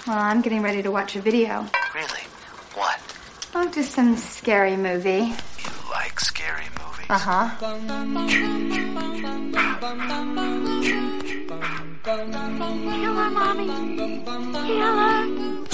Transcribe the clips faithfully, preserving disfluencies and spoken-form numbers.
Well, I'm getting ready to watch a video. Really? What? Oh, just some scary movie. You like scary movies? Uh-huh. Killer, Mommy. Killer.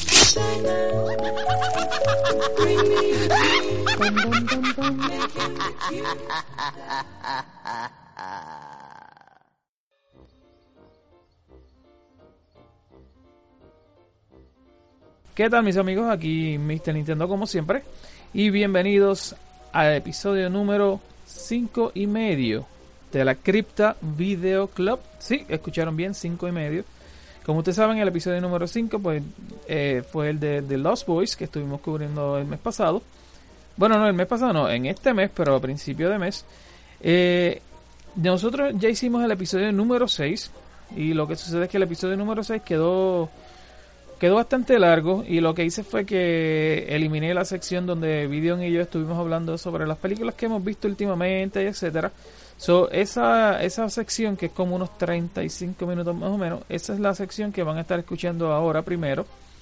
¿Qué tal, mis amigos? Aquí mister Nintendo como siempre, y bienvenidos al episodio número cinco y medio de la Cripta Video Club. Sí, escucharon bien, cinco y medio. Como ustedes saben, el episodio número cinco pues eh, fue el de The Lost Boys, que estuvimos cubriendo el mes pasado. Bueno, no, el mes pasado no, en este mes, pero a principio de mes. Eh, nosotros ya hicimos el episodio número seis, y lo que sucede es que el episodio número seis quedó... Quedó bastante largo, y lo que hice fue que eliminé la sección donde Videon y yo estuvimos hablando sobre las películas que hemos visto últimamente, etcétera. So, esa, esa sección, que es como unos treinta y cinco minutos más o menos, esa es la sección que van a estar escuchando ahora primero.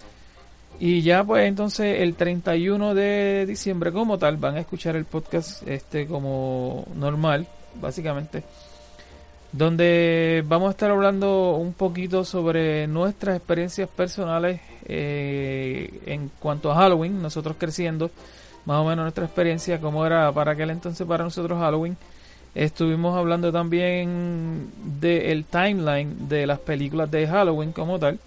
Y ya pues entonces el treinta y uno de diciembre como tal van a escuchar el podcast este como normal, básicamente, donde vamos a estar hablando un poquito sobre nuestras experiencias personales eh, en cuanto a Halloween. Nosotros creciendo, más o menos nuestra experiencia, cómo era para aquel entonces para nosotros Halloween. Estuvimos hablando también del timeline de las películas de Halloween como tal.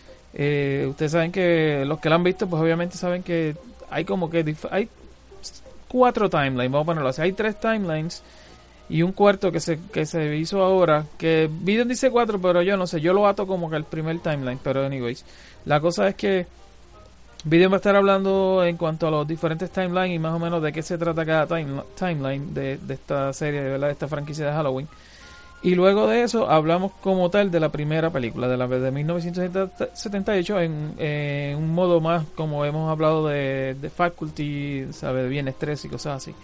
Eh, ustedes saben que los que la han visto, pues obviamente saben que hay como que dif- hay cuatro timelines, vamos a ponerlo así. Hay tres timelines y un cuarto que se que se hizo ahora, que Videon dice cuatro, pero yo no sé, yo lo ato como que el primer timeline, pero anyways, la cosa es que Videon va a estar hablando en cuanto a los diferentes timelines y más o menos de qué se trata cada time, timeline de, de esta serie, ¿verdad? De esta franquicia de Halloween. Y luego de eso hablamos como tal de la primera película, de la de mil novecientos setenta y ocho, en, en un modo más como hemos hablado de, de Faculty, ¿sabe? De Viernes tres y cosas así.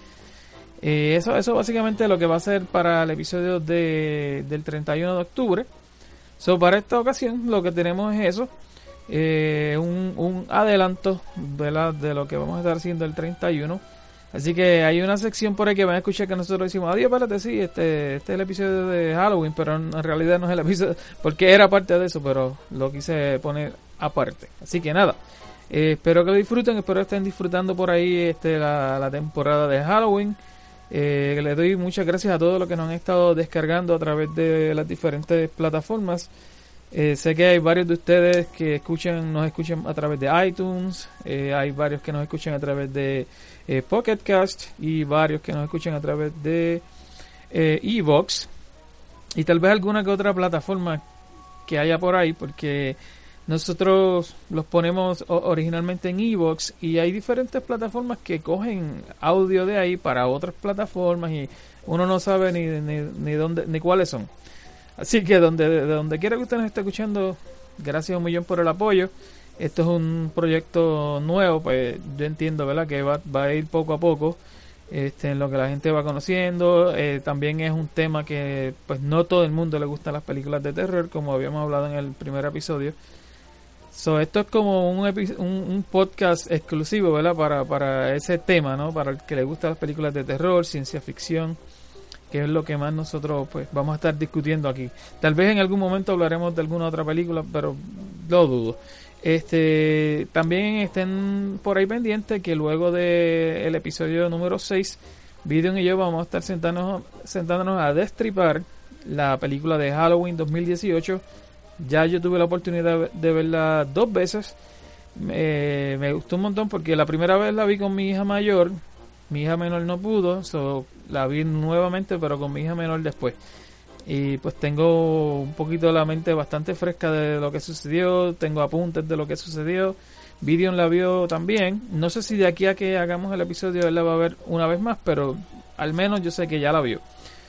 Eh, eso, eso básicamente es lo que va a ser para el episodio de, del treinta y uno de octubre. So, para esta ocasión lo que tenemos es eso, eh, un, un adelanto de, la, de lo que vamos a estar haciendo el treinta y uno. Así que hay una sección por ahí que van a escuchar que nosotros decimos, adiós, espérate, sí, este, este es el episodio de Halloween, pero en realidad no es el episodio, porque era parte de eso, pero lo quise poner aparte. Así que nada, eh, espero que lo disfruten, espero que estén disfrutando por ahí este, la, la temporada de Halloween. Eh, les doy muchas gracias a todos los que nos han estado descargando a través de las diferentes plataformas. Eh, sé que hay varios de ustedes que escuchan, nos escuchan a través de iTunes, eh, hay varios que nos escuchan a través de eh, Pocket Cast y varios que nos escuchan a través de eh, Evox y tal vez alguna que otra plataforma que haya por ahí, porque nosotros los ponemos originalmente en Evox y hay diferentes plataformas que cogen audio de ahí para otras plataformas y uno no sabe ni, ni, ni dónde ni cuáles son. Así que donde de donde quiera que usted nos esté escuchando, gracias un millón por el apoyo. Esto es un proyecto nuevo, pues yo entiendo, ¿verdad? Que va, va a ir poco a poco, este, en lo que la gente va conociendo. Eh, también es un tema que pues no todo el mundo le gustan las películas de terror, como habíamos hablado en el primer episodio. So, esto es como un, epi- un, un podcast exclusivo, ¿verdad? Para, para ese tema, ¿no? Para el que le gustan las películas de terror, ciencia ficción, que es lo que más nosotros pues vamos a estar discutiendo aquí. Tal vez en algún momento hablaremos de alguna otra película, pero lo dudo. Este, también estén por ahí pendientes que luego de el episodio número seis, Videon y yo vamos a estar sentándonos, sentándonos a destripar la película de Halloween dos mil dieciocho. Ya yo tuve la oportunidad de verla dos veces. Me, me gustó un montón porque la primera vez la vi con mi hija mayor. Mi hija menor no pudo, so la vi nuevamente, pero con mi hija menor después. Y pues tengo un poquito la mente bastante fresca de lo que sucedió. Tengo apuntes de lo que sucedió. Videon la vio también. No sé si de aquí a que hagamos el episodio él la va a ver una vez más, pero al menos yo sé que ya la vio.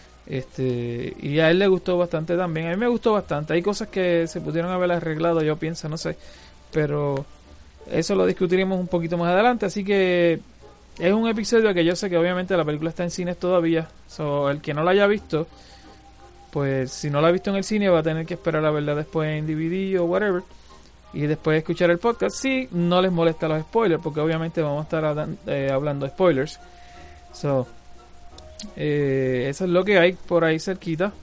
Este, y a él le gustó bastante también. A mí me gustó bastante. Hay cosas que se pudieron haber arreglado, yo pienso, no sé, pero eso lo discutiremos un poquito más adelante. Así que es un episodio que yo sé que obviamente la película está en cines todavía. So, el que no la haya visto, pues si no la ha visto en el cine va a tener que esperar a verla después en D V D o whatever. y después escuchar el podcast si no les molesta los spoilers, porque obviamente vamos a estar eh, hablando de spoilers. So, eh, eso es lo que hay por ahí cerquita.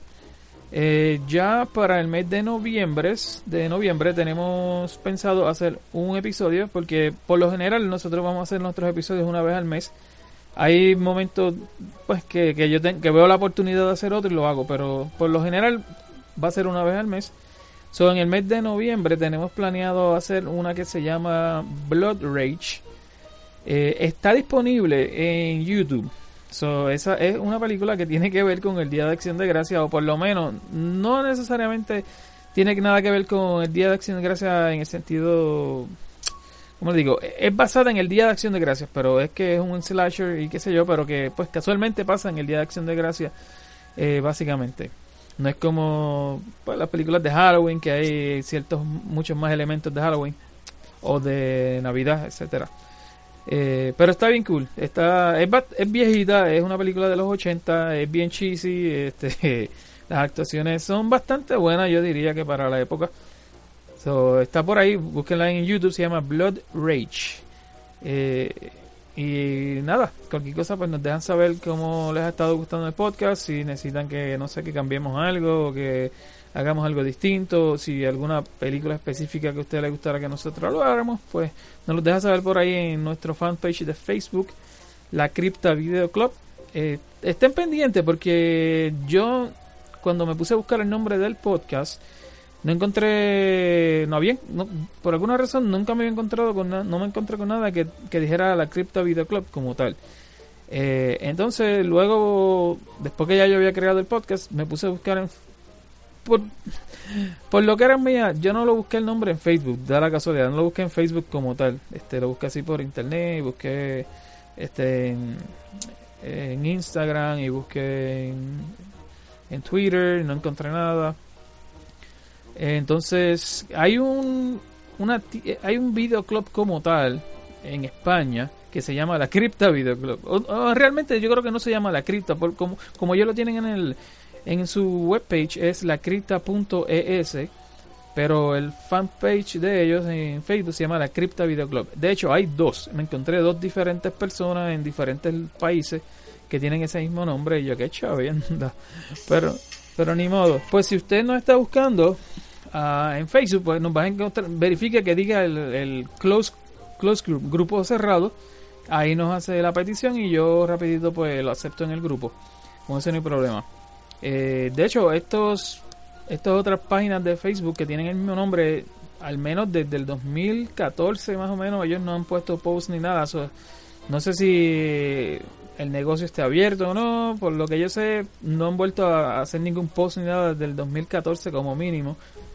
Eh, ya para el mes de noviembre, de noviembre tenemos pensado hacer un episodio, porque por lo general nosotros vamos a hacer nuestros episodios una vez al mes. Hay momentos pues que, que yo ten, que veo la oportunidad de hacer otro y lo hago, pero por lo general va a ser una vez al mes. So, en el mes de noviembre tenemos planeado hacer una que se llama Blood Rage. Eh, está disponible en YouTube. So, esa es una película que tiene que ver con el Día de Acción de Gracias, o por lo menos no necesariamente tiene nada que ver con el Día de Acción de Gracias en el sentido, como digo, es basada en el Día de Acción de Gracias, pero es que es un slasher y qué sé yo, pero que pues casualmente pasa en el Día de Acción de Gracias, eh, básicamente. No es como pues, las películas de Halloween, que hay ciertos, muchos más elementos de Halloween o de Navidad, etcétera. Eh, pero está bien cool, está, es, es viejita, es una película de los ochenta, es bien cheesy, este, las actuaciones son bastante buenas, yo diría que para la época. So, está por ahí, búsquenla en YouTube, se llama Blood Rage. Eh, y nada, cualquier cosa pues nos dejan saber cómo les ha estado gustando el podcast, si necesitan que, no sé, que cambiemos algo, o que hagamos algo distinto, si alguna película específica que a usted le gustara que nosotros lo hagamos, pues nos lo deja saber por ahí en nuestro fanpage de Facebook, La Cripta Video Club. Eh, estén pendientes porque yo cuando me puse a buscar el nombre del podcast no encontré, no había, no, por alguna razón nunca me había encontrado con nada, no me encontré con nada que, que dijera La Cripta Video Club como tal. Eh, entonces luego, después que ya yo había creado el podcast, me puse a buscar en Por, por lo que era mía, yo no lo busqué el nombre en Facebook, da la casualidad, no lo busqué en Facebook como tal, este lo busqué así por internet, busqué este en, en Instagram y busqué en, en Twitter, no encontré nada. Entonces hay un una hay un videoclub como tal en España que se llama La Cripta Video Club. O, o realmente yo creo que no se llama La Cripta, por, como como ellos lo tienen en el en su webpage es lacripta punto e s, pero el fanpage de ellos en Facebook se llama La Cripta Video Club. De hecho hay dos, me encontré dos diferentes personas en diferentes países que tienen ese mismo nombre y yo qué chavienda, pero pero ni modo. Pues si usted nos está buscando uh, en Facebook, pues nos va a encontrar, verifique que diga el, el close close group, grupo cerrado, ahí nos hace la petición y yo rapidito pues lo acepto en el grupo, con eso no hay problema. Eh, de hecho, estos estas otras páginas de Facebook que tienen el mismo nombre, al menos desde el dos mil catorce más o menos, ellos no han puesto post ni nada. So, no sé si el negocio esté abierto o no, por lo que yo sé, no han vuelto a hacer ningún post ni nada desde el dos mil catorce como mínimo.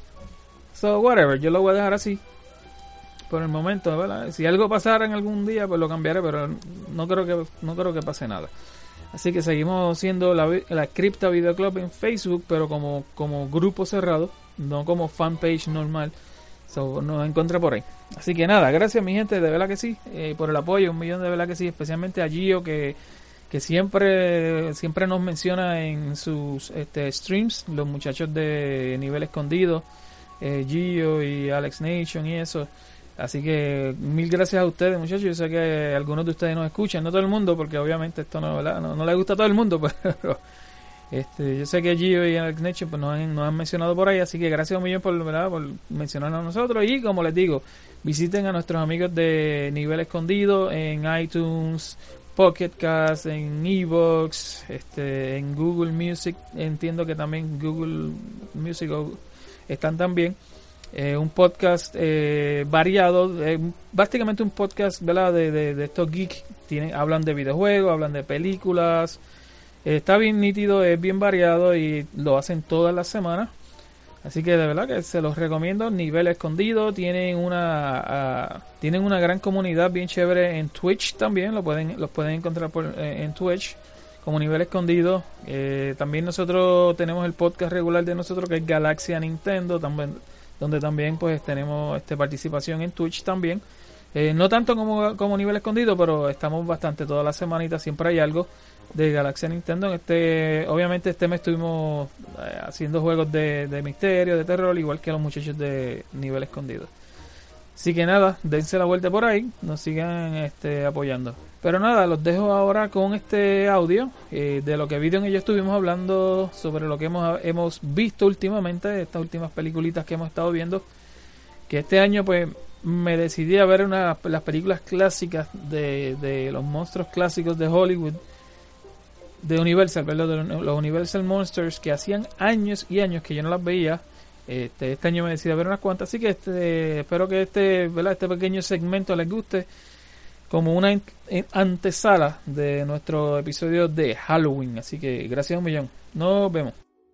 So, whatever, yo lo voy a dejar así por el momento, ¿verdad? Si algo pasara en algún día, pues lo cambiaré, pero no creo que no creo que pase nada. Así que seguimos siendo la, la Cripta Video Club en Facebook, pero como, como grupo cerrado, no como fanpage normal. So, nos encuentra por ahí. Así que nada, gracias mi gente, de verdad que sí, eh, por el apoyo, un millón de verdad que sí, especialmente a Gio que, que siempre siempre nos menciona en sus este, streams, los muchachos de Nivel Escondido, eh, Gio y Alex Nation y eso. Así que mil gracias a ustedes, muchachos. Yo sé que algunos de ustedes nos escuchan, no todo el mundo, porque obviamente esto no, no, no le gusta a todo el mundo, pero este, yo sé que Gio y Alex Nation pues, nos, han, nos han mencionado por ahí, así que gracias un millón por, ¿verdad? por mencionarnos a nosotros. Y como les digo, visiten a nuestros amigos de Nivel Escondido en iTunes, Pocket Cast, en iVoox, este, en Google Music. Entiendo que también Google Music están también. Eh, un podcast eh, variado, eh, básicamente un podcast, ¿verdad? De, de, de estos geeks, tienen, hablan de videojuegos, hablan de películas, eh, está bien nítido, es bien variado y lo hacen todas las semanas, así que de verdad que se los recomiendo. Nivel Escondido, tienen una uh, tienen una gran comunidad bien chévere en Twitch también, lo pueden los pueden encontrar por, eh, en Twitch como Nivel Escondido. Eh, también nosotros tenemos el podcast regular de nosotros que es Galaxia Nintendo, también donde también pues tenemos este participación en Twitch también, eh, no tanto como, como Nivel Escondido, pero estamos bastante todas las semanitas, siempre hay algo de Galaxia Nintendo. En este, obviamente este mes estuvimos eh, haciendo juegos de, de misterio, de terror, igual que los muchachos de Nivel Escondido. Así que nada, dense la vuelta por ahí, nos sigan este, apoyando. Pero nada, los dejo ahora con este audio eh, de lo que Video y yo estuvimos hablando sobre lo que hemos, hemos visto últimamente, estas últimas peliculitas que hemos estado viendo. Que este año pues me decidí a ver una las películas clásicas de, de los monstruos clásicos de Hollywood, de Universal, ¿verdad? De los Universal Monsters, que hacían años y años que yo no las veía. Este, este año me decidí a ver unas cuantas, así que este, espero que este, ¿verdad? Este pequeño segmento les guste como una antesala de nuestro episodio de Halloween. Así que gracias un millón. Nos vemos.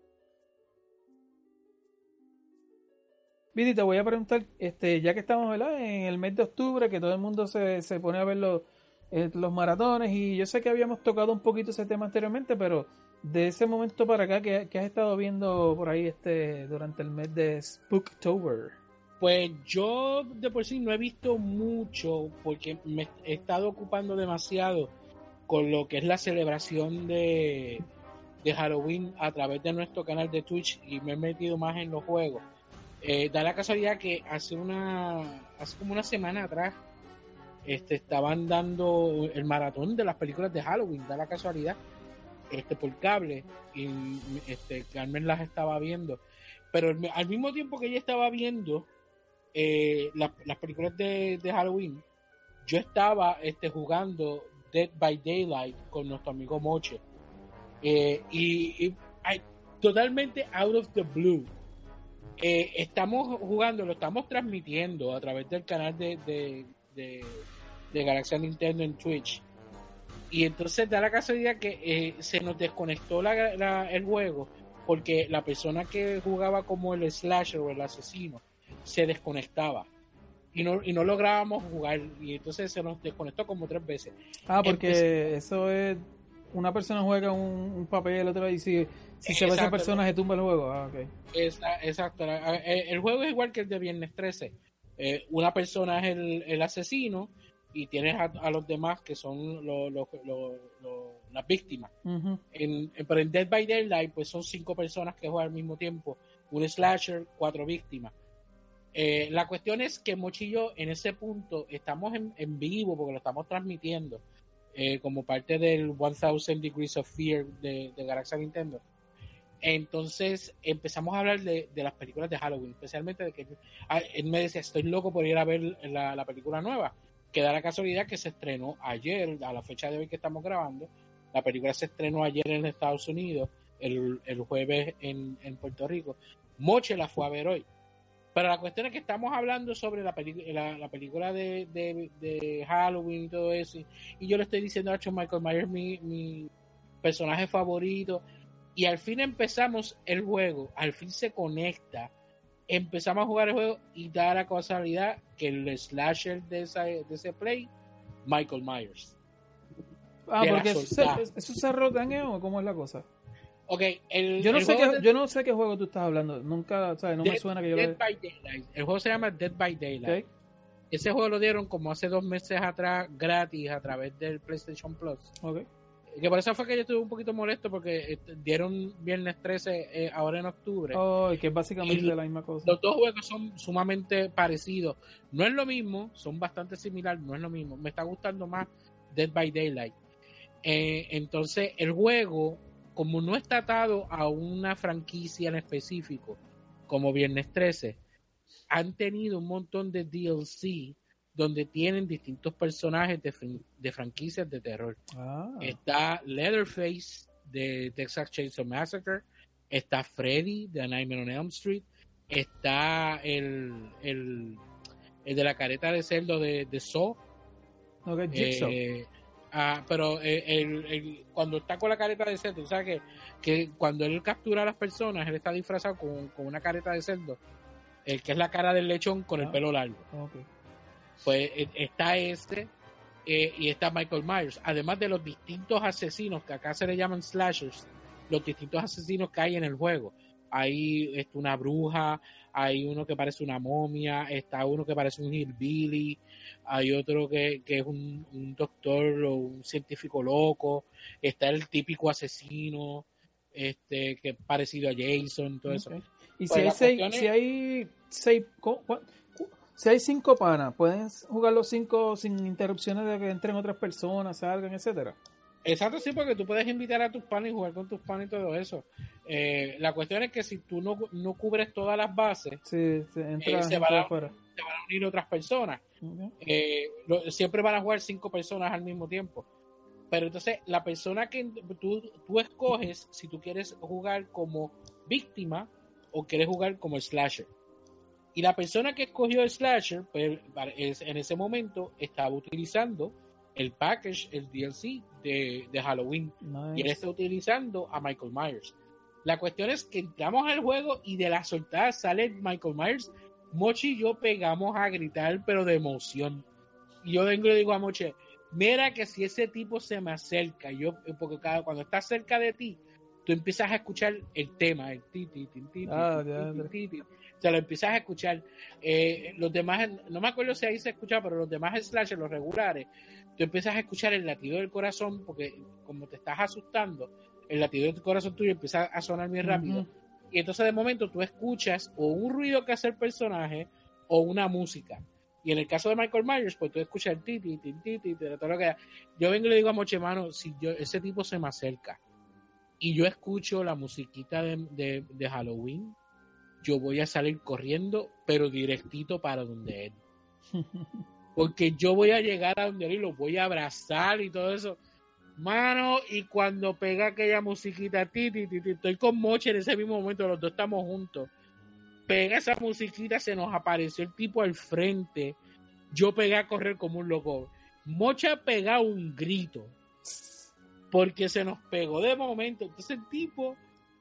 Vidi, te voy a preguntar, este, ya que estamos, ¿verdad?, en el mes de octubre, que todo el mundo se, se pone a ver los, eh, los maratones, y yo sé que habíamos tocado un poquito ese tema anteriormente, pero de ese momento para acá, ¿qué, qué has estado viendo por ahí este durante el mes de Spooktober? Pues yo de por sí no he visto mucho porque me he estado ocupando demasiado con lo que es la celebración de, de Halloween a través de nuestro canal de Twitch, y me he metido más en los juegos. Eh, da la casualidad que hace una hace como una semana atrás este estaban dando el maratón de las películas de Halloween, da la casualidad, este por cable, y este Carmen las estaba viendo, pero al mismo tiempo que ella estaba viendo eh, la, las películas de, de Halloween, yo estaba este jugando Dead by Daylight con nuestro amigo Moche, eh, y, y I, totalmente out of the blue. Eh, estamos jugando, lo estamos transmitiendo a través del canal de, de, de, de Galaxia Nintendo en Twitch, y entonces da la casualidad que eh, se nos desconectó la, la, el juego porque la persona que jugaba como el slasher o el asesino se desconectaba y no, y no lográbamos jugar, y entonces se nos desconectó como tres veces. Ah, porque Empecé... eso es, una persona juega un, un papel, otra y si, si se ve esa persona se tumba el juego. Ah, okay. Esa, exacto, el juego es igual que el de Viernes trece. Eh, una persona es el, el asesino y tienes a, a los demás que son lo, lo, lo, lo, las víctimas. Uh-huh. En, en, pero en Dead by Daylight pues son cinco personas que juegan al mismo tiempo, un slasher, cuatro víctimas. Eh, la cuestión es que Mochillo en ese punto estamos en, en vivo porque lo estamos transmitiendo eh, como parte del one thousand Degrees of Fear de, de Galaxy Nintendo. Entonces empezamos a hablar de, de las películas de Halloween, especialmente de que a, él me decía, estoy loco por ir a ver la, la película nueva, que da la casualidad que se estrenó ayer, a la fecha de hoy que estamos grabando. La película se estrenó ayer en Estados Unidos, el, el jueves en, en Puerto Rico. Moche la fue a ver hoy. Pero la cuestión es que estamos hablando sobre la, peli- la, la película de, de, de Halloween y todo eso, y, y yo le estoy diciendo a Michael Myers mi, mi personaje favorito, y al fin empezamos el juego, al fin se conecta, empezamos a jugar el juego y da la casualidad que el slasher de, esa, de ese play, Michael Myers. Ah, porque eso se, eso se rotaneo, ¿cómo es la cosa? Okay, el, yo no el sé qué de, yo no sé qué juego tú estás hablando, nunca, ¿sabes? No Dead, me suena que yo Dead lo... by Daylight. El juego se llama Dead by Daylight. Okay. Ese juego lo dieron como hace dos meses atrás gratis a través del PlayStation Plus. Okay. Que por eso fue que yo estuve un poquito molesto porque dieron Viernes trece eh, ahora en octubre. Oh, y que es básicamente y la misma cosa. Los dos juegos son sumamente parecidos. No es lo mismo, son bastante similares, no es lo mismo. Me está gustando más Dead by Daylight. Eh, entonces, el juego, como no está atado a una franquicia en específico, como Viernes trece, han tenido un montón de D L C donde tienen distintos personajes de, fran- de franquicias de terror. Ah. Está Leatherface de Texas Chainsaw Massacre, está Freddy de A Nightmare on Elm Street, está el, el, el de la careta de cerdo de, de Saw. Okay, Jigsaw. Eh, ah, pero el, el, el, cuando está con la careta de cerdo, o sea que, que cuando él captura a las personas, él está disfrazado con, con una careta de cerdo, el que es la cara del lechón con ah. el pelo largo. Okay. Pues está este eh, y está Michael Myers, además de los distintos asesinos que acá se le llaman slashers, los distintos asesinos que hay en el juego. Hay está una bruja, hay uno que parece una momia, está uno que parece un hillbilly, hay otro que, que es un, un doctor o un científico loco, está el típico asesino este que es parecido a Jason, todo okay. eso. Y pues si, hay seis, es... si hay seis, ¿cómo? Si hay cinco panas, ¿pueden jugar los cinco sin interrupciones de que entren otras personas, salgan, etcétera? Exacto, sí, porque tú puedes invitar a tus panas y jugar con tus panas y todo eso. Eh, la cuestión es que si tú no, no cubres todas las bases, sí, sí, entra, eh, se, van a, se van a unir otras personas. Uh-huh. Eh, lo, siempre van a jugar cinco personas al mismo tiempo. Pero entonces, la persona que tú, tú escoges si tú quieres jugar como víctima o quieres jugar como slasher. Y la persona que escogió el slasher, pues en ese momento estaba utilizando el package, el D L C de, de Halloween. Nice. Y él está utilizando a Michael Myers. La cuestión es que entramos al juego y de la soltada sale Michael Myers. Mochi y yo pegamos a gritar, pero de emoción. Y yo vengo y le digo a Mochi, mira que si ese tipo se me acerca, yo, porque cada, cuando está cerca de ti, tú empiezas a escuchar el tema, el ti, ti, ti, ti, ah, ti, ti, ti, ti. O sea, lo empiezas a escuchar. Eh, los demás, no me acuerdo si ahí se escucha, pero los demás slasher, los regulares, tú empiezas a escuchar el latido del corazón, porque como te estás asustando, el latido del corazón tuyo empieza a sonar muy rápido. Uh-huh. Y entonces de momento tú escuchas o un ruido que hace el personaje o una música. Y en el caso de Michael Myers, pues tú escuchas el ti, ti, ti, ti, ti, ti, todo lo que... Yo vengo y le digo a Moche, mano, si yo, ese tipo se me acerca y yo escucho la musiquita de, de, de Halloween, yo voy a salir corriendo, pero directito para donde él. Porque yo voy a llegar a donde él y lo voy a abrazar y todo eso. Mano, y cuando pega aquella musiquita, ti, ti, ti, ti, estoy con Moche en ese mismo momento, los dos estamos juntos. Pega esa musiquita, se nos apareció el tipo al frente. Yo pegué a correr como un loco. Mocha pegado un grito. Porque se nos pegó de momento. Entonces el tipo...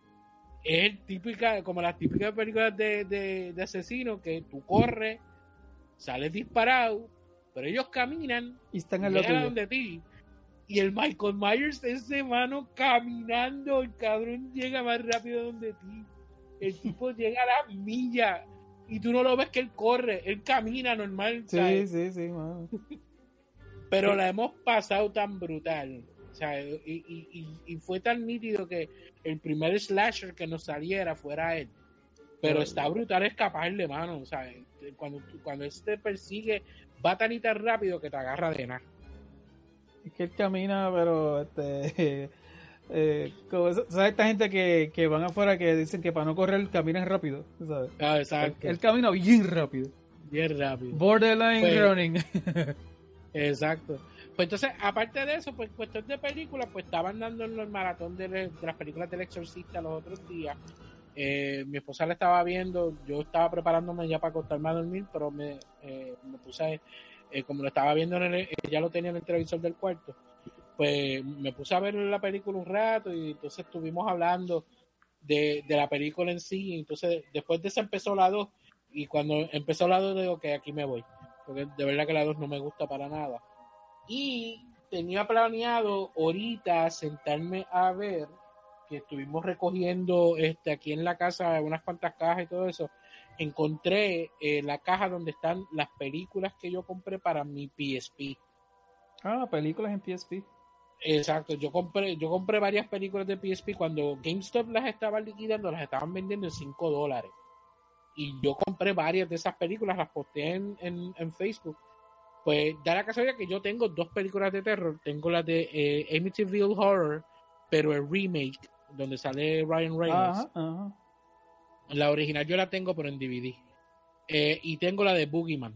es típica, como las típicas películas de, de, de asesinos, que tú corres, sales disparado, pero ellos caminan y están al llegan a donde ti. Y el Michael Myers, ese mano caminando, el cabrón llega más rápido donde ti. El tipo llega a la milla y tú no lo ves que él corre, él camina normal. Sí, ¿sabes? sí, sí, man. Pero la hemos pasado tan brutal. O sea, y, y, y, y fue tan nítido que el primer slasher que nos saliera fuera él. Pero está brutal escaparle, mano. O sea, cuando, cuando él te persigue, va tan y tan rápido que te agarra de nada. Es que él camina, pero este eh, como, ¿sabes? Esta gente que, que van afuera que dicen que para no correr caminan rápido, ¿sabes? Ah, exacto. Él, él camina bien rápido. Bien rápido. Borderline pues, running. Exacto. Pues entonces, aparte de eso, pues cuestión de películas, pues estaban dando el maratón de, de las películas del Exorcista los otros días. Eh, mi esposa la estaba viendo, yo estaba preparándome ya para acostarme a dormir, pero me, eh, me puse, eh, como lo estaba viendo, en el, ya lo tenía en el televisor del cuarto, pues me puse a ver la película un rato y entonces estuvimos hablando de, de la película en sí. Y entonces, después de eso empezó la dos y cuando empezó la dos digo que aquí me voy, porque de verdad que la dos no me gusta para nada. Y tenía planeado ahorita sentarme a ver, que estuvimos recogiendo este aquí en la casa unas cuantas cajas y todo eso. Encontré eh, la caja donde están las películas que yo compré para mi P S P. Ah, películas en P S P. Exacto, yo compré yo compré varias películas de P S P cuando GameStop las estaba liquidando, las estaban vendiendo en cinco dólares. Y yo compré varias de esas películas, las posté en, en, en Facebook. Pues da la casualidad que yo tengo dos películas de terror. Tengo la de eh, Amityville Horror, pero el remake, donde sale Ryan Reynolds. Ajá, ajá. La original yo la tengo, pero en D V D. Eh, y tengo la de Boogeyman.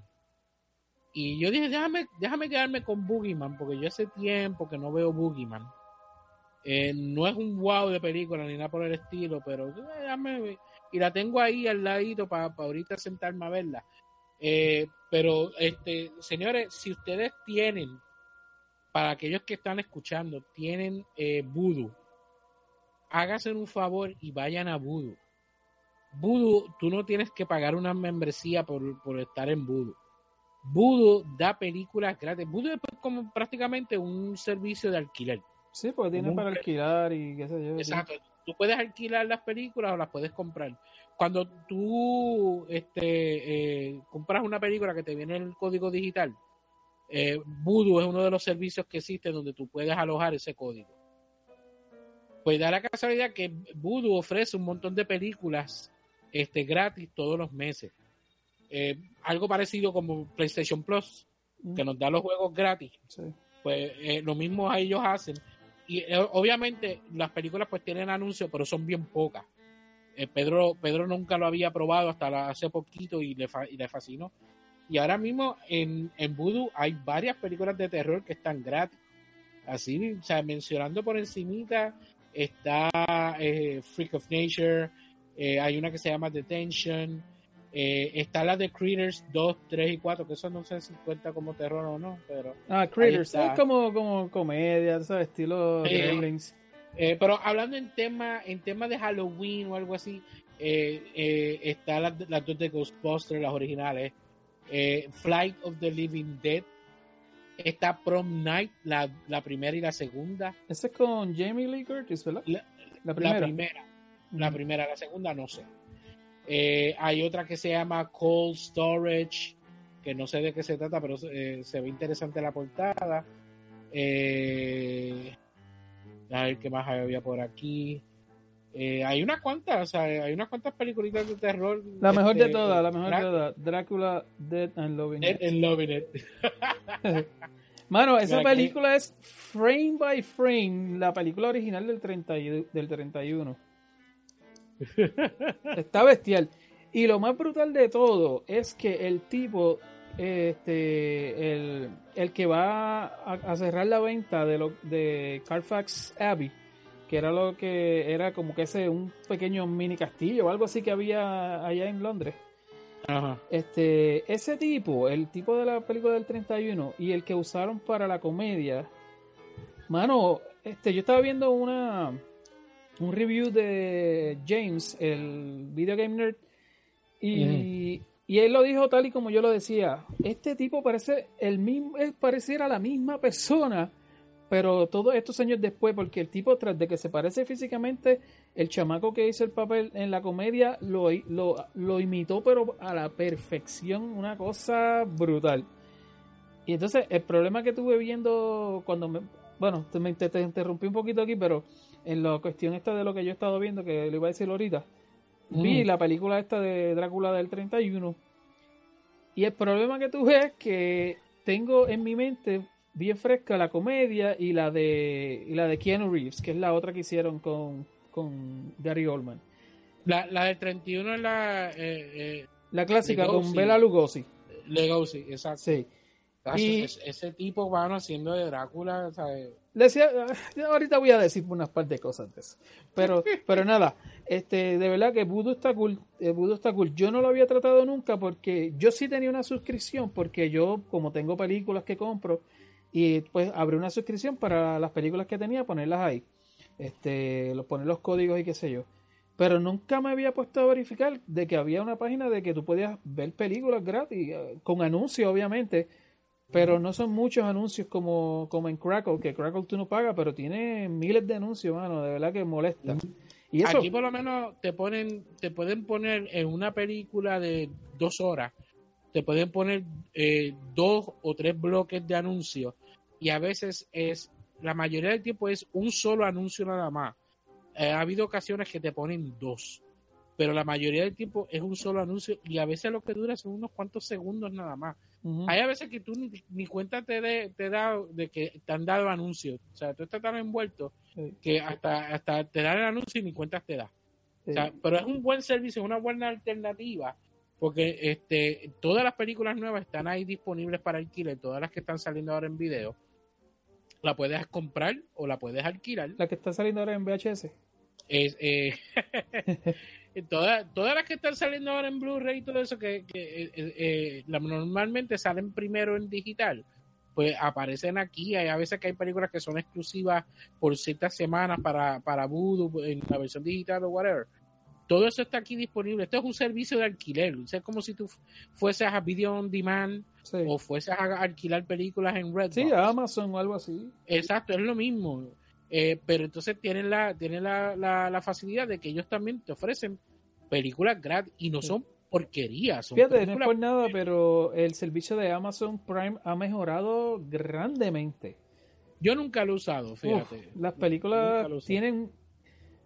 Y yo dije, déjame, déjame quedarme con Boogeyman, porque yo hace tiempo que no veo Boogeyman. Eh, no es un wow de película ni nada por el estilo, pero eh, déjame, y la tengo ahí al ladito para pa ahorita sentarme a verla. Eh, pero este señores, si ustedes tienen, para aquellos que están escuchando, tienen eh, Vudu, háganse un favor y vayan a Vudu. Vudu, tú no tienes que pagar una membresía por, por estar en Vudu. Vudu da películas gratis. Vudu es como prácticamente un servicio de alquiler. Sí, porque tiene un... para alquilar y qué sé yo. Exacto. Sí. Tú puedes alquilar las películas o las puedes comprar. Cuando tú este, eh, compras una película que te viene el código digital, eh, Vudu es uno de los servicios que existe donde tú puedes alojar ese código. Pues da la casualidad que Vudu ofrece un montón de películas este, gratis todos los meses. eh, algo parecido como PlayStation Plus, mm. que nos da los juegos gratis. Sí. Pues eh, lo mismo a ellos hacen. Y eh, obviamente las películas pues tienen anuncios, pero son bien pocas. Eh, Pedro Pedro nunca lo había probado hasta la, hace poquito y le, fa, y le fascinó. Y ahora mismo en, en Vudu hay varias películas de terror que están gratis. Así, o sea, mencionando por encimita, está eh, Freak of Nature, eh, hay una que se llama Detention, eh, está la de Critters dos, tres y cuatro, que eso no sé si cuenta como terror o no, pero... Ah, Critters, es como, como comedia, ¿sabes? Estilo eh, Gremlins. Eh, pero hablando en tema en tema de Halloween o algo así, eh, eh, está las la dos de Ghostbusters, las originales, eh, Flight of the Living Dead, está Prom Night, la, la primera y la segunda. Ese es con Jamie Lee Curtis, ¿verdad? La, la primera. La primera, mm. la primera, la segunda no sé. Eh, hay otra que se llama Cold Storage, que no sé de qué se trata, pero eh, se ve interesante la portada. Eh... A ver qué más había por aquí. Eh, hay unas cuantas, o sea, hay unas cuantas peliculitas de terror. La mejor este, de todas, la mejor Drá- de todas. Drácula, Dead and Loving Dead It. and Loving It. Mano, esa Mira, película que... es frame by frame, la película original del, treinta y, del treinta y uno. Está bestial. Y lo más brutal de todo es que el tipo, este, el, el que va a, a cerrar la venta de, lo, de Carfax Abbey, que era lo que era como que ese un pequeño mini castillo o algo así que había allá en Londres. Ajá. Este, ese tipo, el tipo de la película del treinta y uno y el que usaron para la comedia, mano, este, yo estaba viendo una un review de James, el video game nerd, y, uh-huh. y él lo dijo tal y como yo lo decía. Este tipo parece el mismo, él pareciera la misma persona, pero todos estos años después, porque el tipo, tras de que se parece físicamente, el chamaco que hizo el papel en la comedia lo, lo, lo imitó, pero a la perfección, una cosa brutal. Y entonces, el problema que tuve viendo cuando me... Bueno, te, te, te interrumpí un poquito aquí, pero en la cuestión esta de lo que yo he estado viendo, que le iba a decir ahorita, mm. vi la película esta de Drácula del treinta y uno, y el problema que tuve es que tengo en mi mente bien fresca la comedia y la de y la de Keanu Reeves, que es la otra que hicieron con, con Gary Oldman. La, la del treinta y uno es la... Eh, eh, la clásica Lugosi. con Bela Lugosi. Lugosi, exacto. Sí. Y ese, ese tipo van haciendo de Drácula, ¿sabes? Decía, ahorita voy a decir unas par de cosas de eso. Pero, pero nada, este, de verdad que Vudu está cool, eh, Vudu está cool. Yo no lo había tratado nunca porque yo sí tenía una suscripción, porque yo, como tengo películas que compro, y pues abrí una suscripción para las películas que tenía, ponerlas ahí. Este, poner los códigos y qué sé yo. Pero nunca me había puesto a verificar de que había una página de que tú podías ver películas gratis, con anuncios obviamente. Pero no son muchos anuncios como, como en Crackle, que Crackle tú no pagas, pero tiene miles de anuncios, mano, de verdad que molesta. Y eso, aquí por lo menos te ponen, te pueden poner en una película de dos horas, te pueden poner eh, dos o tres bloques de anuncios, y a veces es, la mayoría del tiempo es un solo anuncio nada más. Eh, ha habido ocasiones que te ponen dos, pero la mayoría del tiempo es un solo anuncio, y a veces lo que dura son unos cuantos segundos nada más. Uh-huh. Hay a veces que tú ni, ni cuenta te, de, te da de que te han dado anuncios. O sea, tú estás tan envuelto sí. que hasta, hasta te dan el anuncio y ni cuentas te da. Sí. O sea, pero es un buen servicio, es una buena alternativa, porque este todas las películas nuevas están ahí disponibles para alquiler, todas las que están saliendo ahora en video. La puedes comprar o la puedes alquilar. La que está saliendo ahora en V H S. Es, eh, todas, todas las que están saliendo ahora en Blu-ray y todo eso que, que eh, eh, la, normalmente salen primero en digital, pues aparecen aquí. Hay a veces que hay películas que son exclusivas por ciertas semanas para, para Vudu en la versión digital o whatever. Todo eso está aquí disponible. Esto es un servicio de alquiler. Es como si tú fueses a Video On Demand, sí, o fueses a alquilar películas en Redbox. Sí, Amazon o algo así. Exacto, es lo mismo. Eh, pero entonces tienen la tienen la, la, la facilidad de que ellos también te ofrecen películas gratis y no son porquerías. Son Fíjate, no es por nada, pero el servicio de Amazon Prime ha mejorado grandemente. Yo nunca lo he usado, fíjate. Uf, las películas tienen...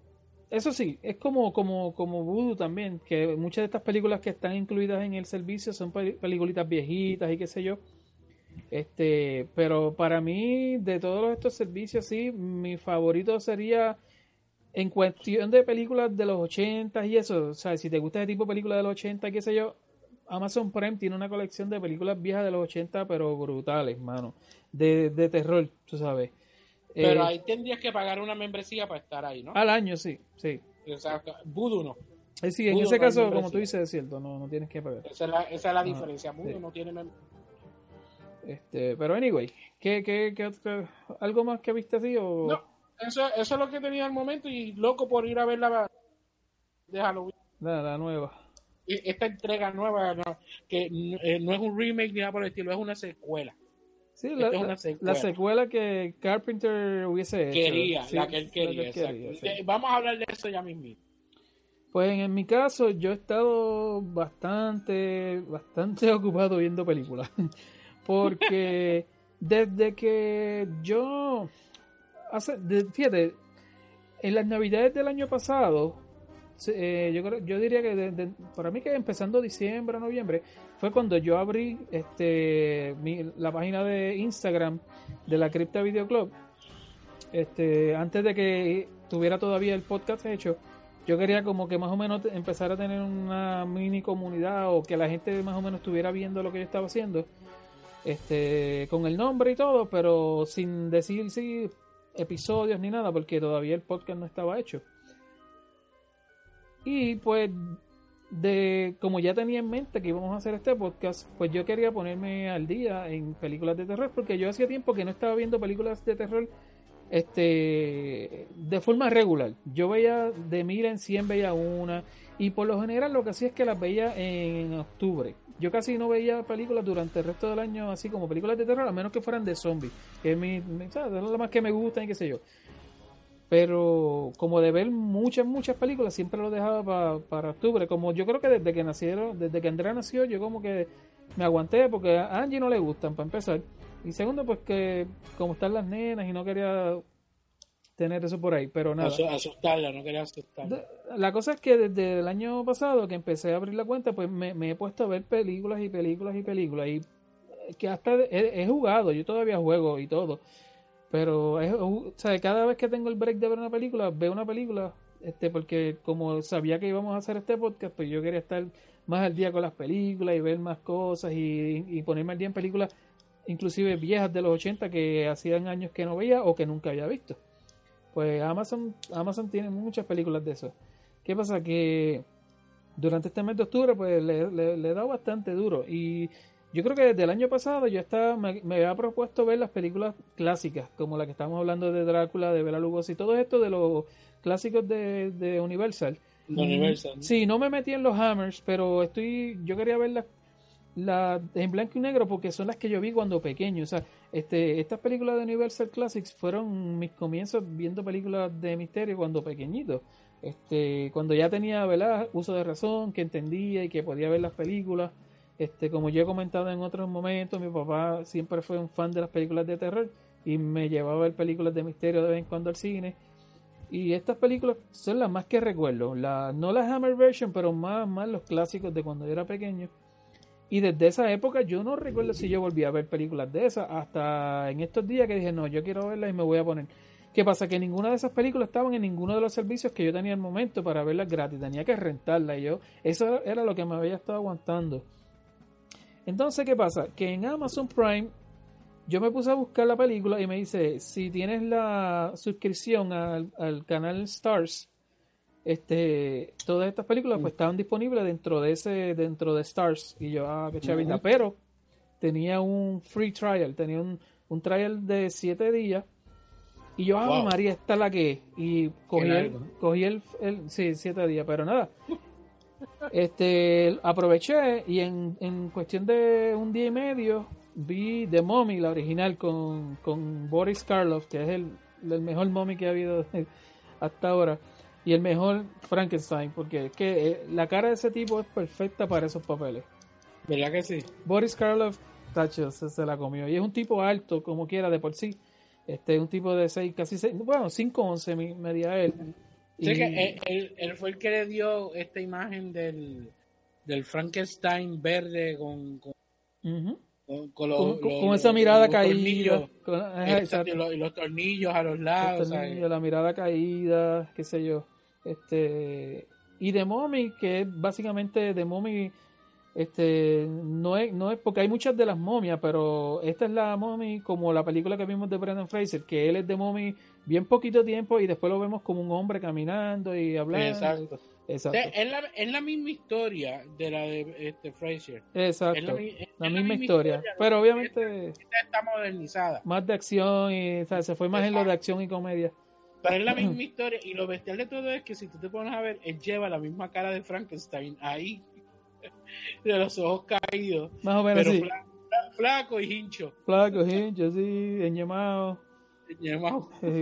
eso sí, es como, como, como Voodoo también, que muchas de estas películas que están incluidas en el servicio son pel- peliculitas viejitas y qué sé yo. Este, pero para mí, de todos estos servicios, sí, mi favorito sería en cuestión de películas de los ochenta y eso. O sea, si te gusta ese tipo de películas de los ochenta, qué sé yo, Amazon Prime tiene una colección de películas viejas de los ochenta, pero brutales, mano. De, de terror, tú sabes. Pero Eh, ahí tendrías que pagar una membresía para estar ahí, ¿no? al año, sí, sí. O sea, Voodoo no. Eh, sí, en Voodoo ese no hay caso, como membresía. tú dices, es cierto, no, no tienes que pagar. Esa es la, esa es la Ajá, diferencia. Voodoo sí. no tiene membresía. Este, pero anyway, ¿qué, qué, qué otro- ¿algo más que viste así o...? No, eso, eso es lo que tenía al momento y loco por ir a ver la de Halloween. La, la nueva. E- Esta entrega nueva, no, que eh, no es un remake ni nada por el estilo, es una secuela. Sí, la, Esta es una la- secuela. la secuela que Carpenter hubiese hecho. Quería, Sí, la que él quería. la que él exacto. quería, sí. Eh, Vamos a hablar de eso ya mismo. Pues en mi caso, yo he estado bastante, bastante ocupado viendo películas. Porque desde que yo, hace, de- fíjate, en las navidades del año pasado, se- eh, yo creo, yo diría que de- de- para mí que empezando diciembre o noviembre, fue cuando yo abrí este mi- la página de Instagram de la Cripta Video Club. Este, antes de que tuviera todavía el podcast hecho, yo quería como que más o menos te- empezar a tener una mini comunidad o que la gente más o menos estuviera viendo lo que yo estaba haciendo, este, con el nombre y todo, pero sin decir sí, episodios ni nada, porque todavía el podcast no estaba hecho. Y pues, de como ya tenía en mente que íbamos a hacer este podcast, pues yo quería ponerme al día en películas de terror, porque yo hacía tiempo que no estaba viendo películas de terror este de forma regular. Yo veía de mil en cien, veía una, y por lo general lo que hacía es que las veía en octubre. Yo casi no veía películas durante el resto del año, así como películas de terror, a menos que fueran de zombies, que es mi, mi- ¿sabes? Es lo más que me gustan y qué sé yo. Pero como de ver muchas, muchas películas, siempre lo dejaba pa- para octubre. Como yo creo que desde que nacieron, desde que Andrea nació, yo como que me aguanté porque a Angie no le gustan, para empezar. Y segundo, pues que como están las nenas y no quería tener eso por ahí, pero nada. Asu- Asustarla, no quería asustarla. De- La cosa es que desde el año pasado que empecé a abrir la cuenta, pues me, me he puesto a ver películas y películas y películas. Y eh, que hasta he, he jugado, yo todavía juego y todo. Pero es, o sea, cada vez que tengo el break de ver una película, veo una película, este, porque como sabía que íbamos a hacer este podcast, pues yo quería estar más al día con las películas y ver más cosas y, y ponerme al día en películas, inclusive viejas de los ochenta que hacían años que no veía o que nunca había visto. Pues Amazon, Amazon tiene muchas películas de eso. ¿Qué pasa? Que durante este mes de octubre, pues le, le, le he dado bastante duro. Y yo creo que desde el año pasado yo estaba, me, me había propuesto ver las películas clásicas, como la que estamos hablando de Drácula, de Bela Lugosi, y todo esto de los clásicos de, de Universal. De Universal, ¿no? Sí, no me metí en los Hammers, pero estoy, yo quería ver las la, en blanco y negro porque son las que yo vi cuando pequeño. O sea, este, estas películas de Universal Classics fueron mis comienzos viendo películas de misterio cuando pequeñito. Este, cuando ya tenía, ¿verdad?, uso de razón, que entendía y que podía ver las películas. Este, como yo he comentado en otros momentos, mi papá siempre fue un fan de las películas de terror y me llevaba a ver películas de misterio de vez en cuando al cine. Y estas películas son las más que recuerdo, la, no la Hammer version, pero más, más los clásicos de cuando yo era pequeño. Y desde esa época yo no recuerdo si yo volví a ver películas de esas, hasta en estos días que dije, no, yo quiero verlas y me voy a poner. ¿Qué pasa? Que ninguna de esas películas estaban en ninguno de los servicios que yo tenía en el momento para verlas gratis, tenía que rentarlas y yo, eso era lo que me había estado aguantando. Entonces, ¿qué pasa? Que en Amazon Prime yo me puse a buscar la película y me dice, si tienes la suscripción al, al canal Stars, este, todas estas películas pues estaban disponibles dentro de ese, dentro de Stars. Y yo, ah, qué chavita. Uh-huh. Pero tenía un free trial, tenía un, un trial de siete días. Y yo, ah, wow, María, esta es la que es. Y cogí el, cogí el, el, sí, siete días, pero nada. Este, aproveché y en, en cuestión de un día y medio vi The Mummy, la original, con, con Boris Karloff, que es el, el mejor Mummy que ha habido hasta ahora. Y el mejor Frankenstein, porque es que eh, la cara de ese tipo es perfecta para esos papeles. ¿Verdad que sí? Boris Karloff, tacho, se, se la comió. Y es un tipo alto, como quiera, de por sí. Este es un tipo de seis, casi seis, bueno, cinco once me, medía él. Sé Y- que él, él- él fue el que le dio esta imagen del, del Frankenstein verde con, con, Ujú. con, con los, Con, con- los- con esa los- mirada los caída, tornillos, con, ajá, exacto, exacto. y los, y los tornillos a los Los lados, tornillos, ¿sabes? la mirada caída, qué sé yo. Este, y The Mummy, que es básicamente The Mummy, este, no es, no es, porque hay muchas de las momias, pero esta es la Mummy como la película que vimos de Brendan Fraser, que él es The Mummy bien poquito tiempo y después lo vemos como un hombre caminando y hablando. Exacto. O Exacto. sea, es, la, es la misma historia de la de este Fraser. Exacto. Es la, mi- es La la misma historia. Pero obviamente Esta está modernizada. más de acción y, o sea, se fue más en lo de acción y comedia. Pero es la misma historia. Y lo bestial de todo es que si tú te pones a ver, él lleva la misma cara de Frankenstein ahí. De los ojos caídos. Más o menos Pero así. flaco, fla- flaco y hincho. Flaco, hincho, así, enñemado. Y además,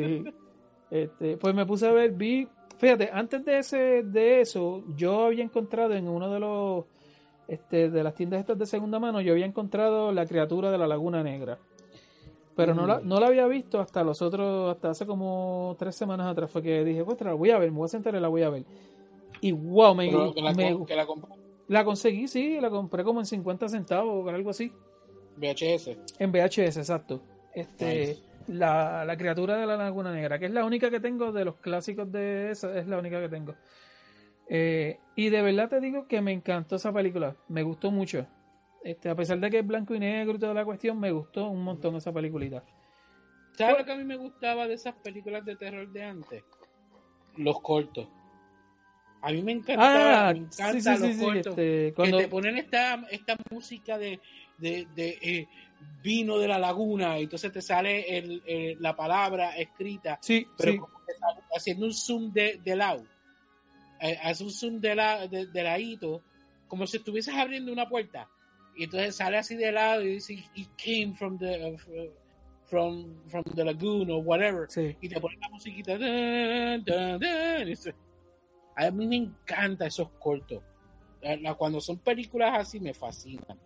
Este, pues me puse a ver, vi, fíjate, antes de ese, de eso, yo había encontrado en uno de los, este, de las tiendas estas de segunda mano, yo había encontrado La criatura de la Laguna Negra, pero no la, no la había visto hasta los otros, hasta hace como tres semanas atrás, fue que dije, pues la voy a ver, me voy a sentar y la voy a ver, y wow, me, pero que la, me- com- que la compró la conseguí, sí, la compré como en cincuenta centavos o algo así. V H S. En V H S, exacto. Este, Nice. la, la criatura de la Laguna Negra, que es la única que tengo de los clásicos de esa, es la única que tengo. Eh, y de verdad te digo que me encantó esa película, me gustó mucho. Este, a pesar de que es blanco y negro y toda la cuestión, me gustó un montón esa peliculita. ¿Sabes lo que a mí me gustaba de esas películas de terror de antes? Los cortos. A mí me encantaba, Ah, me encantan sí, sí, los sí, sí, cortos. este, cuando, Que te ponen esta, esta música de, de, de eh, vino de la laguna, y entonces te sale el, el- la palabra escrita, sí, pero sí, como que sale haciendo un zoom de, de lado. Eh, hace un zoom de, la, de, de ladito, como si estuvieses abriendo una puerta. Y entonces sale así de lado y dice, it came from the, uh, from, from the lagoon or whatever. sí. Y te ponen la musiquita. Dun, dun, dun, y eso- a mí me encantan esos cortos. La- la- Cuando son películas así me fascinan.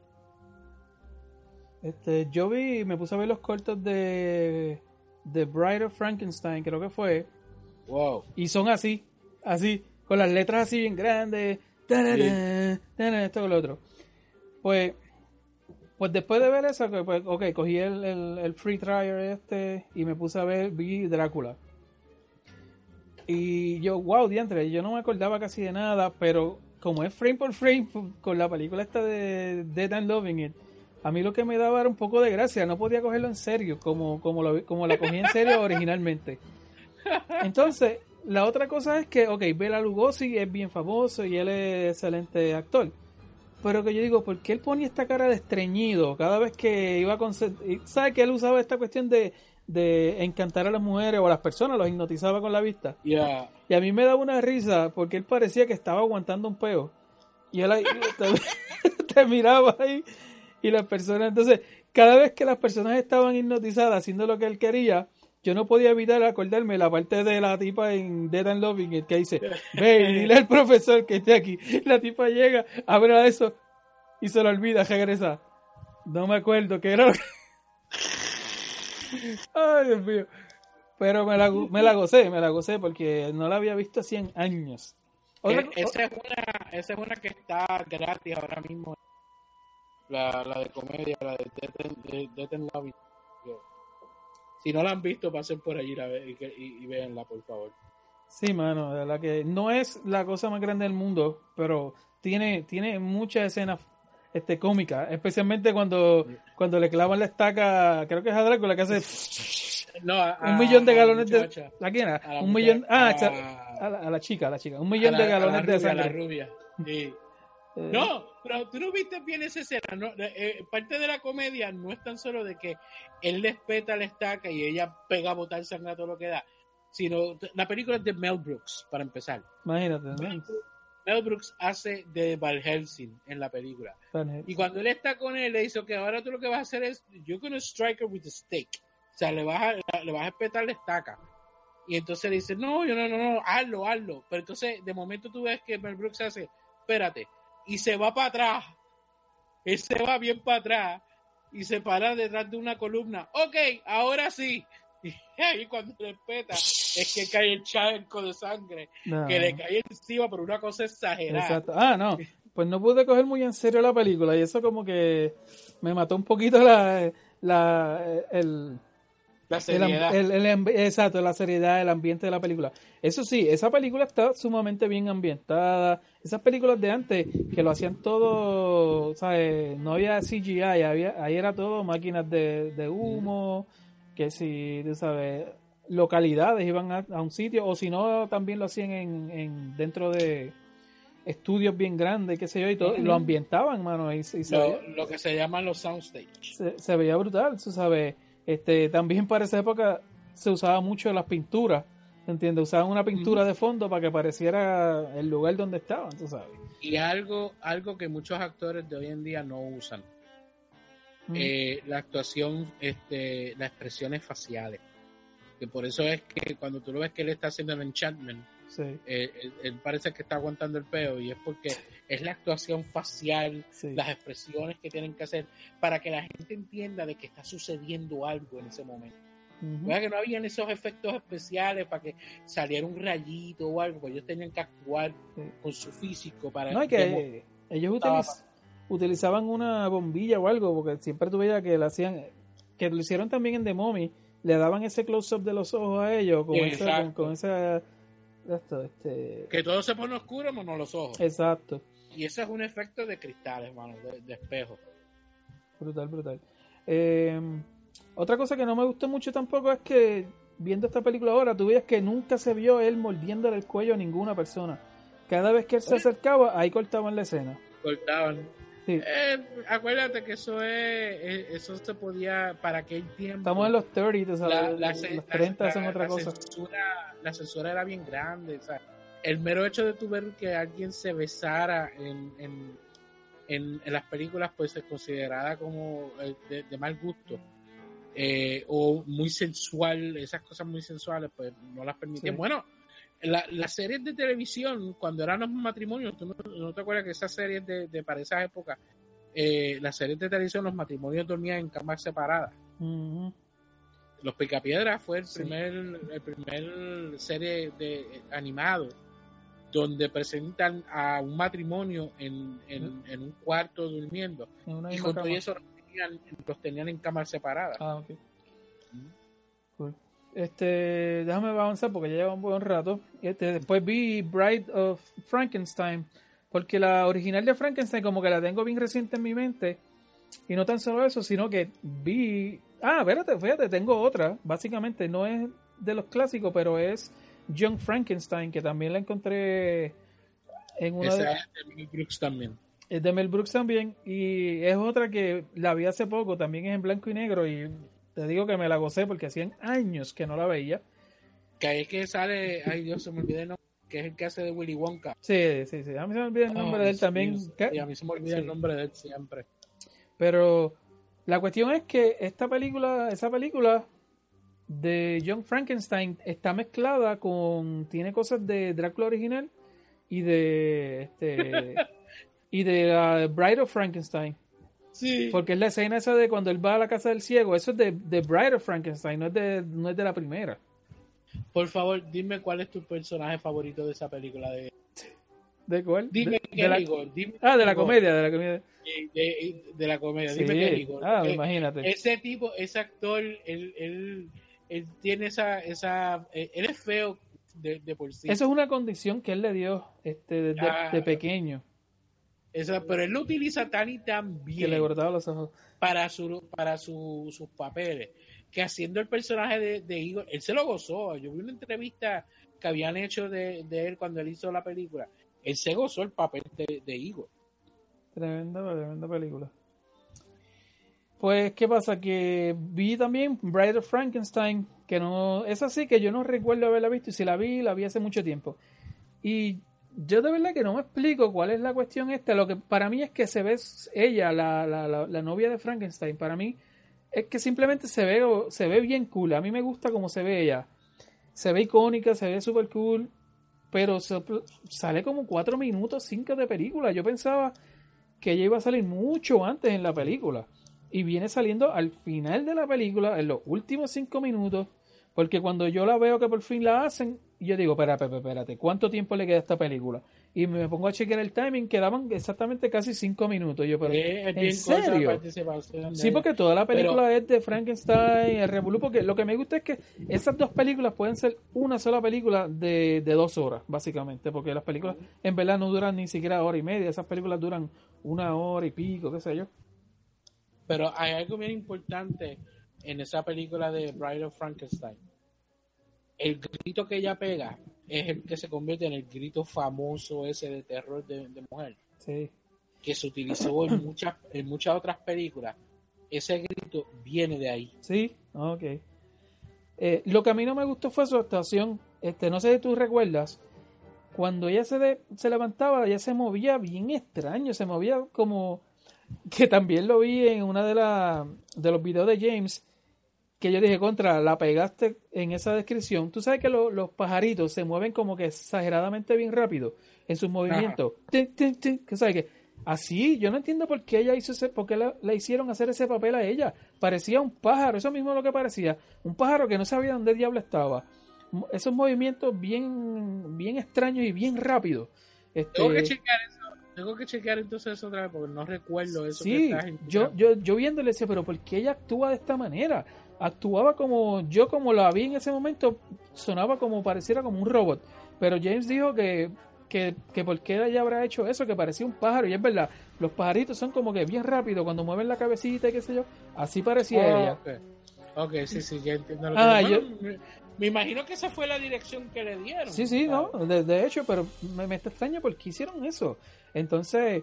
Este, yo vi, me puse a ver los cortos de The Bride of Frankenstein, creo que fue, Wow. y son así, así, con las letras así bien grandes, tarara, tarara, esto con lo otro. Pues, pues después de ver eso, que, pues, ok, cogí el, el, el free trial este y me puse a ver, vi Drácula. Y yo, wow, diantre, yo no me acordaba casi de nada, pero como es frame por frame con la película esta de Dead and Loving It, a mí lo que me daba era un poco de gracia, no podía cogerlo en serio, como, como, lo, como la cogí en serio originalmente. Entonces, la otra cosa es que, ok, Bela Lugosi es bien famoso y él es excelente actor. Pero que yo digo, ¿por qué él ponía esta cara de estreñido cada vez que iba con... ¿Sabes que él usaba esta cuestión de, de encantar a las mujeres o a las personas, los hipnotizaba con la vista? Yeah. Y a mí me daba una risa porque él parecía que estaba aguantando un peo. Y él ahí te, te miraba ahí y las personas... Entonces, cada vez que las personas estaban hipnotizadas haciendo lo que él quería, yo no podía evitar acordarme la parte de la tipa en Dead and Loving It que dice, ve, dile al profesor que esté aquí. La tipa llega, abre eso y se lo olvida, regresa. No me acuerdo qué era lo que... Ay, Dios mío. Pero me la, gu- me la gocé, me la gocé porque no la había visto así en años. Otra Eh, co- esa, es una, esa es una que está gratis ahora mismo. La, la de comedia, la de Death and, de Death and Love. Si no la han visto, pasen por allí la ve- y, que- y, y véanla, por favor. Sí, mano, de verdad que no es la cosa más grande del mundo, pero tiene, tiene muchas escenas este, cómicas, especialmente cuando, cuando le clavan la estaca, creo que es a Drácula que hace No, a- un a- millón de a la galones de... muchacha. ¿La quién era? A la Un muchacha, millón... Ah, a- exa- a la, a la chica, a la chica. Un A millón la- de a la galones de rubia, a la sangre. rubia. Sí. Eh, No, pero tú no viste bien esa escena. ¿No? Eh, parte de la comedia no es tan solo de que él les peta la estaca y ella pega a botar sangre a todo lo que da, sino la película es de Mel Brooks, para empezar. Imagínate, ¿no? Mel Brooks hace de Van Helsing en la película. Y cuando él está con él, le dice que ahora tú lo que vas a hacer es, you're gonna strike her with a stake. O sea, le vas a, le vas a espetar la estaca. Y entonces le dice, no, yo no, no, no, hazlo, hazlo. Pero entonces, de momento tú ves que Mel Brooks hace, espérate, y se va para atrás. Él se va bien para atrás y se para detrás de una columna. Ok, ahora sí. Y ahí cuando le peta, es que cae el charco de sangre, No. que le cae encima por una cosa exagerada. Exacto. Ah, no. Pues no pude coger muy en serio la película y eso como que me mató un poquito la, la el, La el, seriedad. el- el ambi- exacto, la seriedad, el ambiente de la película. Eso sí, esa película está sumamente bien ambientada. Esas películas de antes que lo hacían todo, ¿sabes? No había C G I, había, ahí era todo máquinas de, de humo, que si, tú sabes, localidades iban a, a un sitio, o si no, también lo hacían en, en dentro de estudios bien grandes, qué sé yo, y todo, y lo ambientaban, mano, y, y se, Lo, veía, lo que se llaman los soundstage. se, se veía brutal, tú sabes. Este, también para esa época se usaba mucho las pinturas, ¿entiendes? Usaban una pintura de fondo para que pareciera el lugar donde estaban, tú sabes. Y algo, algo que muchos actores de hoy en día no usan. Mm. Eh, la actuación, este, las expresiones faciales. Que por eso es que cuando tú lo ves que él está haciendo el enchantment, Sí, eh, él, él parece que está aguantando el peo, y es porque es la actuación facial, sí. las expresiones que tienen que hacer para que la gente entienda de que está sucediendo algo en ese momento. Ujú. ¿Verdad que no habían esos efectos especiales para que saliera un rayito o algo? Pues ellos tenían que actuar Sí. con su físico para No, y demo- que ellos estaba utiliz- utilizaban una bombilla o algo, porque siempre tú veías que lo hacían, que lo hicieron también en The Mummy, le daban ese close-up de los ojos a ellos, con, esa, con, Exacto. con esa... Esto, este... que todo se pone oscuro menos los ojos. Exacto, Y eso es un efecto de cristales, hermano, de, de espejo. brutal, brutal. Eh, otra cosa que no me gustó mucho tampoco es que, viendo esta película ahora, tú veías que nunca se vio él mordiéndole el cuello a ninguna persona. Cada vez que él se acercaba, ahí cortaban la escena. Cortaban. Sí. Eh, acuérdate que eso es, eh, eso se podía para aquel tiempo. Estamos en los treinta, ¿sabes? La- la- los la- treinta son la- otra la cosa. Censura, la censura era bien grande. O sea, el mero hecho de tu ver que alguien se besara en, en, en, en las películas, pues es considerada como eh, de, de mal gusto. Eh, o muy sensual, esas cosas muy sensuales, pues no las permitían. Sí. Bueno, la, las series de televisión, cuando eran los matrimonios, ¿tú no, no te acuerdas que esas series de, de para esas épocas, eh, las series de televisión, los matrimonios dormían en camas separadas? Ujú. Los Picapiedras fue el Sí. primer, el primer serie de animado donde presentan a un matrimonio en, en, en un cuarto durmiendo, En una y misma con todo cama. eso los tenían, los tenían en camas separadas. Ah, ok. Cool. Este, déjame avanzar porque ya lleva un buen rato. Este, después vi Bride of Frankenstein, porque la original de Frankenstein como que la tengo bien reciente en mi mente. Y no tan solo eso, sino que vi... Ah, espérate, fíjate, tengo otra. Básicamente no es de los clásicos, pero es Young Frankenstein, que también la encontré en una Esa de... es de Mel Brooks también. Es de Mel Brooks también, y es otra que la vi hace poco, también es en blanco y negro, y te digo que me la gocé porque hacían años que no la veía. Que ahí es que sale, ay Dios, se me olvidó el nombre, que es el que hace de Willy Wonka. Sí, sí, sí, a mí se me olvida el nombre Oh, de él también, Dios, ¿qué? sí, a mí se me olvida Sí. el nombre de él siempre. Pero la cuestión es que esta película, esa película de Young Frankenstein está mezclada con, tiene cosas de Drácula original y de este y de la Bride of Frankenstein. Sí. Porque es la escena esa de cuando él va a la casa del ciego. Eso es de, de Bride of Frankenstein, no es de, no es de la primera. Por favor, dime cuál es tu personaje favorito de esa película. De... ¿De cuál? Dime de, qué de la, Igor, dime ah, de la Igor. comedia, de la comedia. De, de- de la comedia, Sí. dime qué Igor. Ah, Porque imagínate. ese tipo, ese actor, él, él, él tiene esa, esa, eh, él es feo de, de por sí. Eso es una condición que él le dio este, desde Ah. de pequeño, Esa- pero él lo utiliza tan y tan que bien le cortaba los ojos. para su, para su, sus papeles, que haciendo el personaje de, de Igor, él se lo gozó. Yo vi una entrevista que habían hecho de, de él cuando él hizo la película. Él se gozó el papel de, de Igor. Tremenda, tremenda película. Pues, ¿qué pasa? Que vi también Bride of Frankenstein, que no, es así que yo no recuerdo haberla visto, y si la vi, la vi hace mucho tiempo. Y yo de verdad que no me explico cuál es la cuestión esta. Lo que para mí es que se ve ella, la, la, la, la novia de Frankenstein, para mí es que simplemente se ve, se ve bien cool. A mí me gusta cómo se ve ella. Se ve icónica, se ve super cool, pero se- sale como cuatro minutos, cinco de película. Yo pensaba que ella iba a salir mucho antes en la película, y viene saliendo al final de la película, en los últimos cinco minutos, Porque cuando yo la veo que por fin la hacen, yo digo, espérate, espérate, espérate, ¿cuánto tiempo le queda a esta película? Y me pongo a chequear el timing, quedaban exactamente casi cinco minutos. Yo, pero, es ¿en bien serio? Sí, porque toda la película pero, es de Frankenstein, el Revolú, porque lo que me gusta es que esas dos películas pueden ser una sola película de, de dos horas, básicamente, porque las películas en verdad no duran ni siquiera hora y media, esas películas duran una hora y pico, qué sé yo. Pero hay algo bien importante en esa película de Bride of Frankenstein. El grito que ella pega es el que se convierte en el grito famoso ese de terror de, de mujer. Sí. Que se utilizó en muchas en muchas otras películas. Ese grito viene de ahí. Sí, ok. Eh, lo que a mí no me gustó fue su actuación. Este, no sé si tú recuerdas, cuando ella se, de, se levantaba, ella se movía bien extraño, se movía como... Que también lo vi en una de, la, de los videos de James, que yo dije, contra, la pegaste en esa descripción. Tú sabes que lo, los pajaritos se mueven como que exageradamente bien rápido en sus movimientos. Tin, tin, tin, que sabes que así, yo no entiendo por qué ella hizo ese, por qué la, la hicieron hacer ese papel a ella. Parecía un pájaro, eso mismo es lo que parecía, un pájaro que no sabía dónde diablo estaba. Esos movimientos bien, bien extraños y bien rápidos. Este, Tengo que chequear eso. Tengo que chequear entonces eso otra vez porque no recuerdo eso. Sí, que estás yo, yo, yo viéndole decía, pero ¿por qué ella actúa de esta manera? Actuaba como, yo como la vi en ese momento, sonaba como, pareciera como un robot. Pero James dijo que, que, que por qué ella habrá hecho eso, que parecía un pájaro. Y es verdad, los pajaritos son como que bien rápidos cuando mueven la cabecita y qué sé yo. Así parecía oh, ella. Okay. ok, sí, sí, ya entiendo lo ah, que yo... bueno, me, me imagino que esa fue la dirección que le dieron. Sí, sí, ¿sabes? no, de, de hecho, pero me, me está extraño porque hicieron eso. Entonces,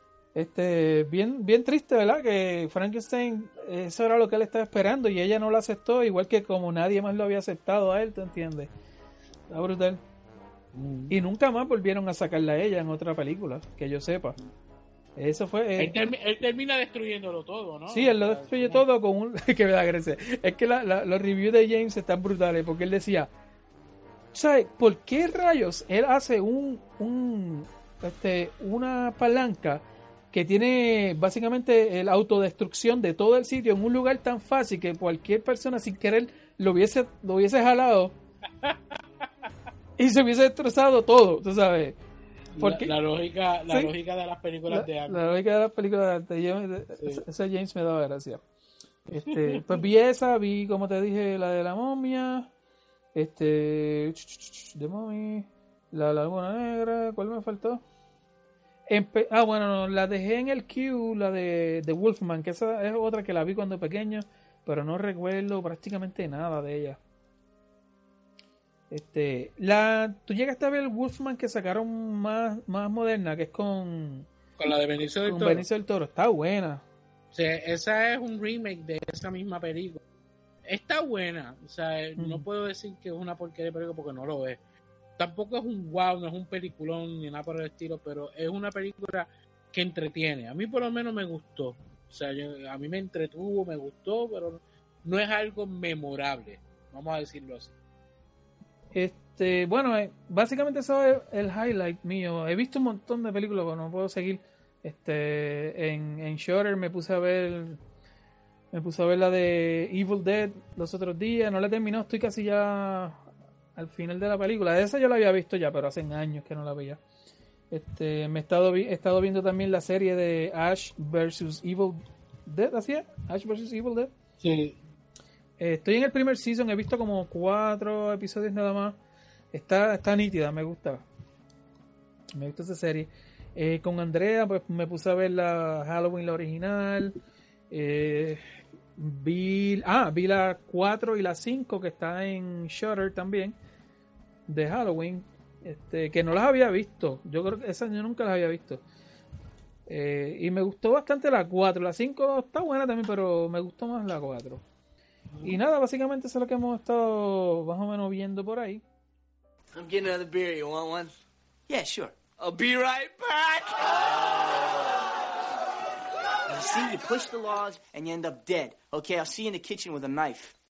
este, bien, bien triste, ¿verdad? Que Frankenstein, eso era lo que él estaba esperando y ella no lo aceptó, igual que como nadie más lo había aceptado a él, ¿te entiendes? Está brutal. Mm. Y nunca más volvieron a sacarla a ella en otra película, que yo sepa. Eso fue. Eh, él, term- él termina destruyéndolo todo, ¿no? Sí, él lo destruye todo con un. Que me da gracia. Es que la, la, los reviews de James están brutales porque él decía, ¿sabes por qué rayos él hace un, un este, una palanca que tiene básicamente la autodestrucción de todo el sitio en un lugar tan fácil que cualquier persona sin querer lo hubiese, lo hubiese jalado y se hubiese destrozado todo, tú sabes? Porque, la, la lógica la ¿sí? lógica de las películas la, de arte. La lógica de las películas de arte. Yo, sí. Ese James me daba gracia. Este, pues vi esa, vi como te dije la de la momia, este, de mommy, la laguna negra, ¿cuál me faltó? Empe- ah, bueno, no, la dejé en el queue, la de, de Wolfman, que esa es otra que la vi cuando pequeño, pero no recuerdo prácticamente nada de ella. Este, la, tú llegaste a ver el Wolfman que sacaron más, más moderna, que es con con la de Benicio del con Toro. Benicio del Toro, está buena. O sea, esa es un remake de esa misma película. Está buena, o sea, mm. no puedo decir que es una porquería de película porque no lo es. Tampoco es un wow, no es un peliculón ni nada por el estilo, pero es una película que entretiene. A mí por lo menos me gustó. O sea, yo, a mí me entretuvo, me gustó, pero no es algo memorable, vamos a decirlo así. Este, bueno, básicamente eso es el highlight mío. He visto un montón de películas, pero no puedo seguir. Este, en, en Shutter me puse a ver, me puse a ver la de Evil Dead los otros días. No la he terminado, estoy casi ya al final de la película. De esa yo la había visto ya, pero hace años que no la veía. Este, me he estado, he estado viendo también la serie de Ash versus Evil Dead, ¿así es? Ash versus Evil Dead. Sí. Eh, estoy en el primer season, he visto como cuatro episodios nada más. Está, está nítida, me gusta. Me gusta esa serie. Eh, con Andrea, pues me puse a ver la Halloween, la original. Eh, vi, ah, vi la cuatro y la cinco que está en Shudder también, de Halloween. Este, que no las había visto. Yo creo que esas yo nunca las había visto. Eh, y me gustó bastante la cuatro. La cinco está buena también, pero me gustó más la cuatro. Y nada, básicamente eso es lo que hemos estado más o menos viendo por ahí. I'm getting another beer. You want one? Yeah, sure. I'll be right back. You see, you push the laws and you end up dead. Okay, I'll see you in the kitchen with a knife.